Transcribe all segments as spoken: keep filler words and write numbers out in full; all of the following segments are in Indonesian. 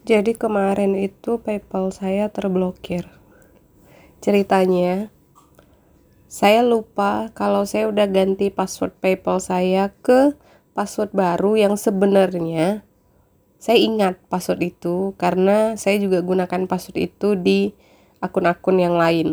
Jadi kemarin itu PayPal saya terblokir. Ceritanya, saya lupa kalau saya udah ganti password PayPal saya ke password baru yang sebenarnya saya ingat password itu karena saya juga gunakan password itu di akun-akun yang lain.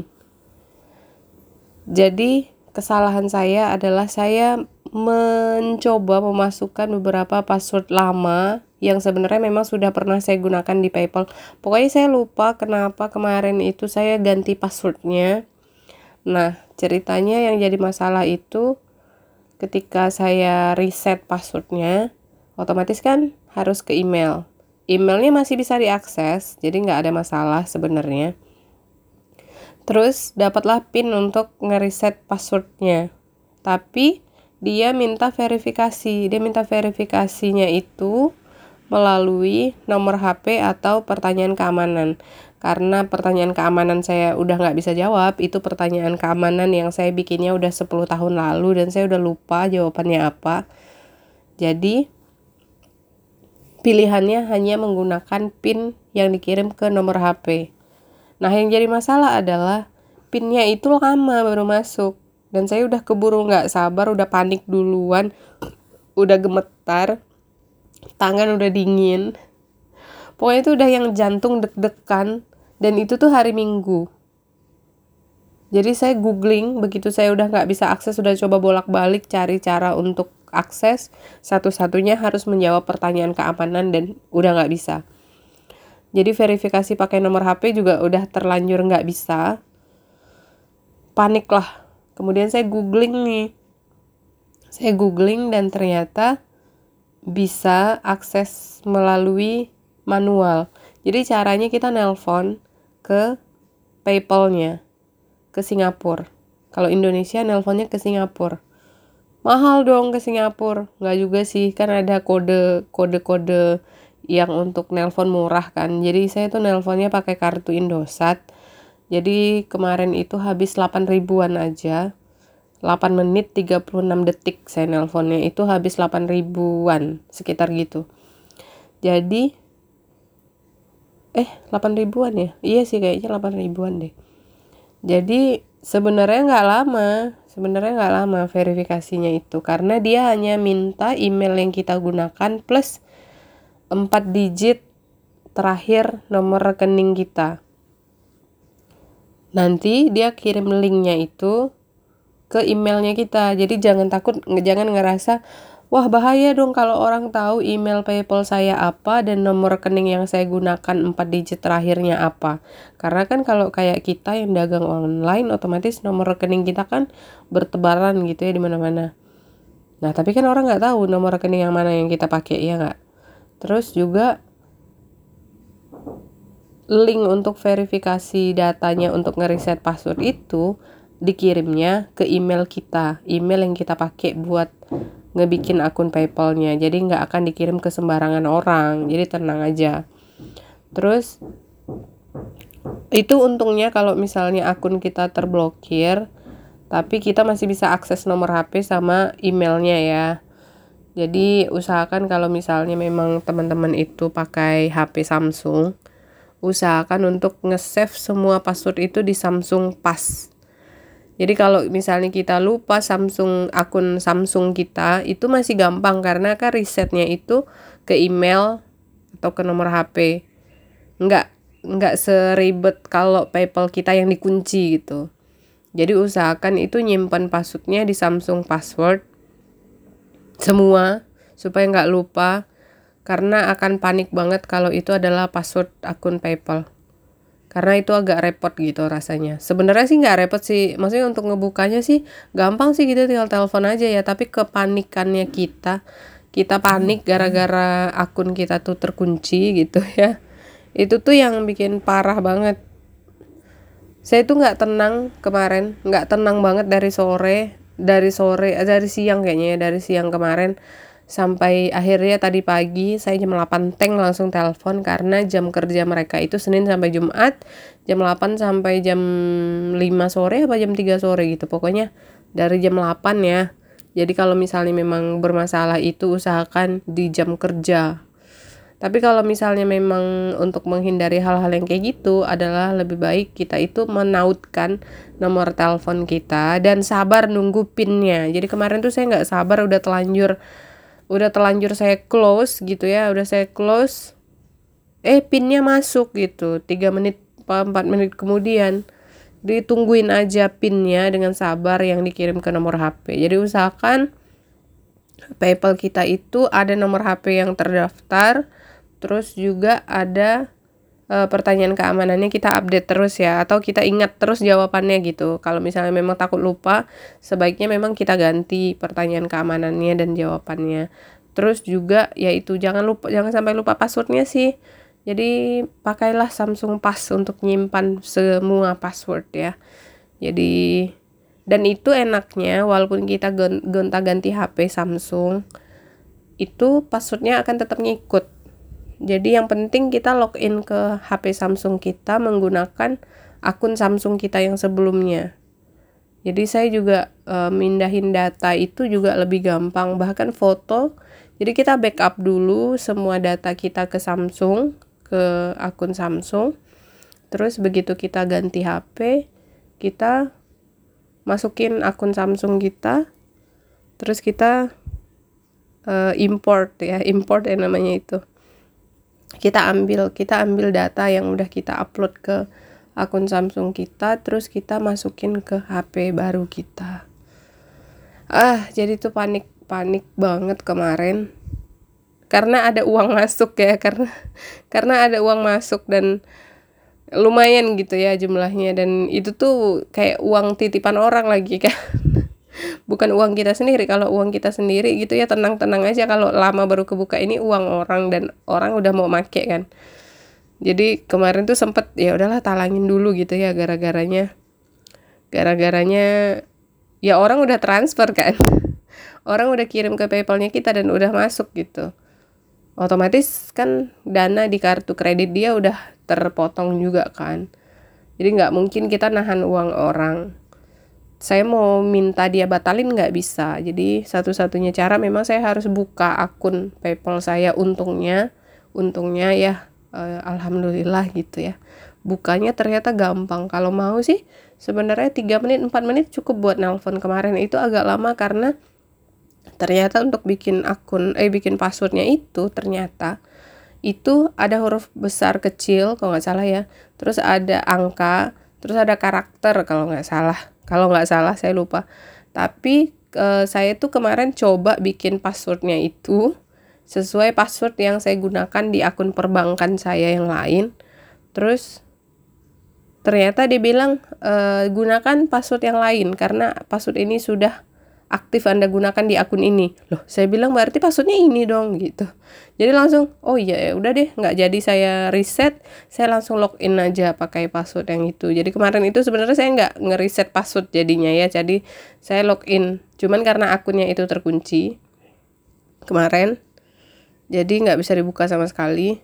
Jadi kesalahan saya adalah saya mencoba memasukkan beberapa password lama yang sebenarnya memang sudah pernah saya gunakan di PayPal. Pokoknya saya lupa kenapa kemarin itu saya ganti passwordnya. Nah, ceritanya yang jadi masalah itu ketika saya reset passwordnya, otomatis kan harus ke email. Emailnya masih bisa diakses, jadi nggak ada masalah sebenarnya. Terus dapatlah PIN untuk ngereset passwordnya. Tapi dia minta verifikasi. Dia minta verifikasinya itu melalui nomor H P atau pertanyaan keamanan. Karena pertanyaan keamanan saya udah nggak bisa jawab, itu pertanyaan keamanan yang saya bikinnya udah sepuluh tahun lalu dan saya udah lupa jawabannya apa. Jadi pilihannya hanya menggunakan PIN yang dikirim ke nomor H P. Nah, yang jadi masalah adalah PIN-nya itu lama baru masuk. Dan saya udah keburu nggak sabar, udah panik duluan, udah gemetar, tangan udah dingin. Pokoknya itu udah yang jantung deg-degan, dan itu tuh hari Minggu. Jadi saya googling, begitu saya udah nggak bisa akses, udah coba bolak-balik cari cara untuk akses, satu-satunya harus menjawab pertanyaan keamanan dan udah nggak bisa. Jadi verifikasi pakai nomor H P juga udah terlanjur nggak bisa. Panik lah. Kemudian saya googling nih. Saya googling dan ternyata bisa akses melalui manual. Jadi caranya kita nelpon ke PayPal-nya, ke Singapura. Kalau Indonesia nelponnya ke Singapura. Mahal dong ke Singapura. Nggak juga sih, kan ada kode kode-kode yang untuk nelpon murah kan. Jadi saya tuh nelponnya pakai kartu Indosat. Jadi kemarin itu habis delapan ribuan aja. delapan menit tiga puluh enam detik saya nelponnya, itu habis delapan ribuan, sekitar gitu. Jadi eh delapan ribuan ya? Iya sih kayaknya delapan ribuan deh. Jadi sebenarnya nggak lama, sebenarnya nggak lama verifikasinya itu, karena dia hanya minta email yang kita gunakan plus empat digit terakhir nomor rekening kita. Nanti dia kirim linknya itu ke emailnya kita. Jadi jangan takut, jangan ngerasa wah bahaya dong kalau orang tahu email PayPal saya apa dan nomor rekening yang saya gunakan empat digit terakhirnya apa. Karena kan kalau kayak kita yang dagang online, otomatis nomor rekening kita kan bertebaran gitu ya di mana-mana. Nah, tapi kan orang nggak tahu nomor rekening yang mana yang kita pakai, ya nggak? Terus juga link untuk verifikasi datanya untuk ngereset password itu dikirimnya ke email kita, email yang kita pakai buat ngebikin akun PayPal-nya. Jadi nggak akan dikirim ke sembarangan orang, jadi tenang aja. Terus itu untungnya kalau misalnya akun kita terblokir, tapi kita masih bisa akses nomor H P sama emailnya ya. Jadi usahakan kalau misalnya memang teman-teman itu pakai H P Samsung, usahakan untuk nge-save semua password itu di Samsung Pass. Jadi kalau misalnya kita lupa Samsung, akun Samsung kita, itu masih gampang karena kan resetnya itu ke email atau ke nomor H P. Nggak, nggak seribet kalau PayPal kita yang dikunci gitu. Jadi usahakan itu nyimpan passwordnya di Samsung Password semua supaya nggak lupa. Karena akan panik banget kalau itu adalah password akun PayPal. Karena itu agak repot gitu rasanya. Sebenarnya sih nggak repot sih. Maksudnya untuk ngebukanya sih gampang sih gitu, tinggal telepon aja ya. Tapi kepanikannya kita, kita panik gara-gara akun kita tuh terkunci gitu ya. Itu tuh yang bikin parah banget. Saya tuh nggak tenang kemarin, nggak tenang banget dari sore, dari sore, dari siang kayaknya ya, dari siang kemarin. Sampai akhirnya tadi pagi saya jam delapan teng langsung telepon karena jam kerja mereka itu Senin sampai Jumat jam delapan sampai jam lima sore apa jam tiga sore gitu. Pokoknya dari jam delapan ya. Jadi kalau misalnya memang bermasalah itu usahakan di jam kerja. Tapi kalau misalnya memang untuk menghindari hal-hal yang kayak gitu adalah lebih baik kita itu menautkan nomor telepon kita dan sabar nunggu pinnya. Jadi kemarin tuh saya nggak sabar, udah telanjur udah telanjur saya close gitu ya, udah saya close, eh pinnya masuk gitu tiga menit apa empat menit kemudian. Ditungguin aja pinnya dengan sabar yang dikirim ke nomor H P. Jadi usahakan PayPal kita itu ada nomor H P yang terdaftar, terus juga ada e, pertanyaan keamanannya kita update terus ya, atau kita ingat terus jawabannya gitu. Kalau misalnya memang takut lupa, sebaiknya memang kita ganti pertanyaan keamanannya dan jawabannya. Terus juga yaitu jangan lupa, jangan sampai lupa passwordnya sih. Jadi pakailah Samsung Pass untuk nyimpan semua password ya. Jadi dan itu enaknya walaupun kita gonta-ganti H P Samsung, itu passwordnya akan tetap ngikut. Jadi yang penting kita login ke H P Samsung kita menggunakan akun Samsung kita yang sebelumnya. Jadi saya juga e, mindahin data itu juga lebih gampang, bahkan foto. Jadi kita backup dulu semua data kita ke Samsung, ke akun Samsung. Terus begitu kita ganti H P, kita masukin akun Samsung kita, terus kita uh, import ya, import yang namanya itu. Kita ambil, kita ambil data yang udah kita upload ke akun Samsung kita, terus kita masukin ke H P baru kita. Ah, jadi tuh panik, panik banget kemarin. Karena ada uang masuk ya, karena karena ada uang masuk dan lumayan gitu ya jumlahnya, dan itu tuh kayak uang titipan orang lagi kan. Bukan uang kita sendiri. Kalau uang kita sendiri gitu ya tenang-tenang aja, kalau lama baru kebuka, ini uang orang dan orang udah mau make kan. Jadi kemarin tuh sempet ya udahlah talangin dulu gitu ya, gara-garanya gara-garanya ya orang udah transfer kan. Orang udah kirim ke PayPal-nya kita dan udah masuk gitu. Otomatis kan dana di kartu kredit dia udah terpotong juga kan. Jadi nggak mungkin kita nahan uang orang. Saya mau minta dia batalin nggak bisa. Jadi satu-satunya cara memang saya harus buka akun PayPal saya. Untungnya, untungnya ya eh, alhamdulillah gitu ya. Bukanya ternyata gampang. Kalau mau sih sebenarnya tiga menit empat menit cukup buat nelpon. Kemarin itu agak lama karena ternyata untuk bikin akun eh bikin passwordnya itu ternyata itu ada huruf besar kecil kalau nggak salah ya, terus ada angka, terus ada karakter kalau nggak salah kalau nggak salah saya lupa. Tapi e, saya tuh kemarin coba bikin passwordnya itu sesuai password yang saya gunakan di akun perbankan saya yang lain, terus ternyata dia bilang e, gunakan password yang lain karena password ini sudah aktif Anda gunakan di akun ini. Loh, saya bilang berarti passwordnya ini dong gitu. Jadi langsung, oh iya ya udah deh, nggak jadi saya reset, saya langsung login aja pakai password yang itu. Jadi kemarin itu sebenarnya saya nggak ngereset password jadinya ya, jadi saya login. Cuman karena akunnya itu terkunci kemarin, jadi nggak bisa dibuka sama sekali.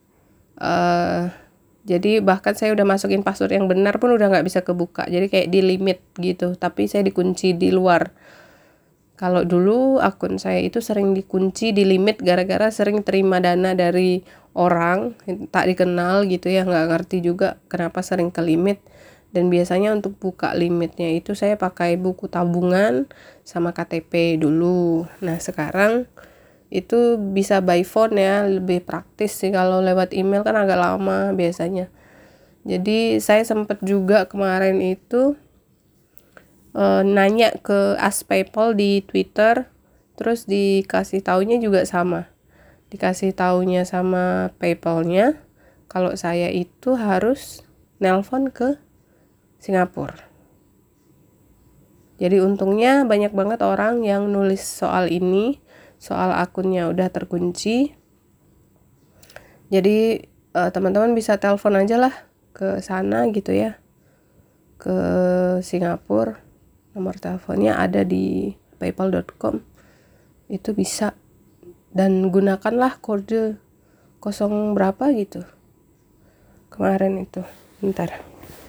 Uh, jadi bahkan saya udah masukin password yang benar pun udah nggak bisa kebuka. Jadi kayak di limit gitu, tapi saya dikunci di luar. Kalau dulu akun saya itu sering dikunci di limit gara-gara sering terima dana dari orang tak dikenal gitu ya, nggak ngerti juga kenapa sering ke limit. Dan biasanya untuk buka limitnya itu saya pakai buku tabungan sama K T P dulu. Nah sekarang itu bisa by phone ya, lebih praktis sih. Kalau lewat email kan agak lama biasanya. Jadi saya sempat juga kemarin itu Uh, nanya ke Ask PayPal di Twitter, terus dikasih taunya juga sama, dikasih taunya sama PayPal-nya kalau saya itu harus nelpon ke Singapura. Jadi untungnya banyak banget orang yang nulis soal ini, soal akunnya udah terkunci. Jadi uh, teman-teman bisa telepon aja lah ke sana gitu ya, ke Singapura. Nomor teleponnya ada di paypal dot com, itu bisa. Dan gunakanlah kode kosong berapa gitu kemarin itu. Bentar,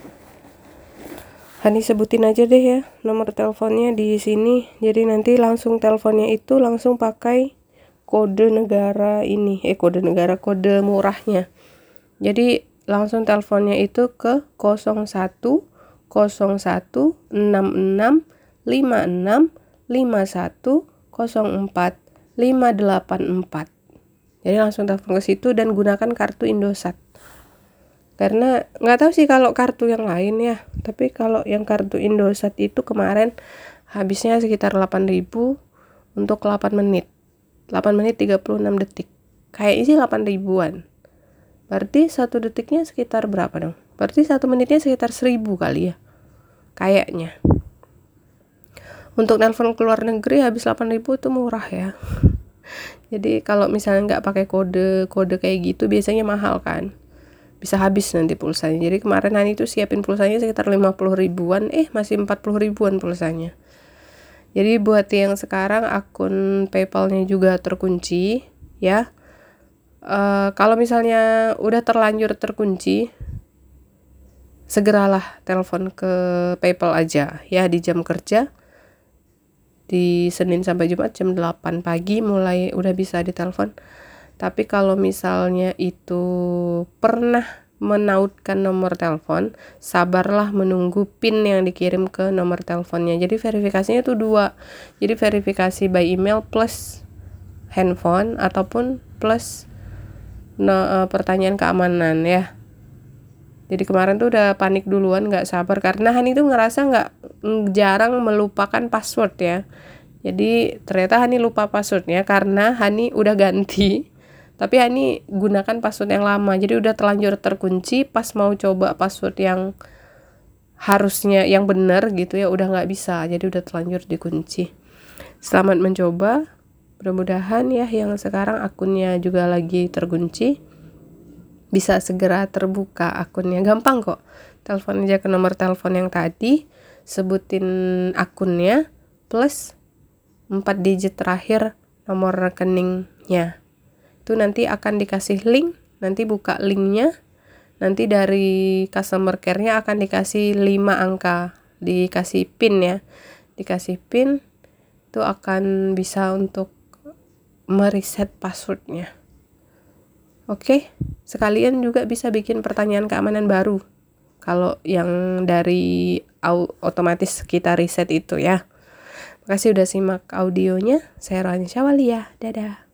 Hani sebutin aja deh ya nomor teleponnya di sini. Jadi nanti langsung teleponnya itu langsung pakai kode negara ini, eh kode negara, kode murahnya. Jadi langsung teleponnya itu ke nol satu nol satu enam enam lima enam lima satu nol empat lima delapan empat. Jadi langsung telepon ke situ dan gunakan kartu Indosat. Karena nggak tahu sih kalau kartu yang lain ya, tapi kalau yang kartu Indosat itu kemarin habisnya sekitar delapan ribu untuk delapan menit. delapan menit tiga puluh enam detik. Kayaknya sih delapan ribuan. Berarti satu detiknya sekitar berapa dong? Berarti satu menitnya sekitar seribu kali ya. Kayaknya. Untuk nelpon ke luar negeri habis delapan ribu itu murah ya. Jadi kalau misalnya nggak pakai kode-kode kayak gitu biasanya mahal kan. Bisa habis nanti pulsanya. Jadi kemarin Hani tuh siapin pulsanya sekitar lima puluh ribuan, eh masih empat puluh ribuan pulsanya. Jadi buat yang sekarang akun PayPal-nya juga terkunci ya. Uh, kalau misalnya udah terlanjur terkunci, segeralah telepon ke PayPal aja ya di jam kerja. Di Senin sampai Jumat jam delapan pagi mulai udah bisa ditelepon. Tapi kalau misalnya itu pernah menautkan nomor telepon, sabarlah menunggu PIN yang dikirim ke nomor teleponnya. Jadi verifikasinya itu dua. Jadi verifikasi by email plus handphone ataupun plus no, pertanyaan keamanan ya. Jadi kemarin tuh udah panik duluan, nggak sabar karena Hani tuh ngerasa nggak jarang melupakan password ya. Jadi ternyata Hani lupa passwordnya karena Hani udah ganti. Tapi Hani gunakan password yang lama, jadi udah terlanjur terkunci. Pas mau coba password yang harusnya yang benar gitu ya, udah nggak bisa, jadi udah terlanjur dikunci. Selamat mencoba, mudah-mudahan ya yang sekarang akunnya juga lagi terkunci bisa segera terbuka akunnya. Gampang kok, telepon aja ke nomor telepon yang tadi, sebutin akunnya plus empat digit terakhir nomor rekeningnya. Itu nanti akan dikasih link, nanti buka linknya, nanti dari customer care-nya akan dikasih lima angka, dikasih PIN ya, dikasih PIN, itu akan bisa untuk mereset passwordnya. Oke, sekalian juga bisa bikin pertanyaan keamanan baru, kalau yang dari otomatis kita reset itu ya. Makasih udah simak audionya, saya Rohani Syawalia, dadah.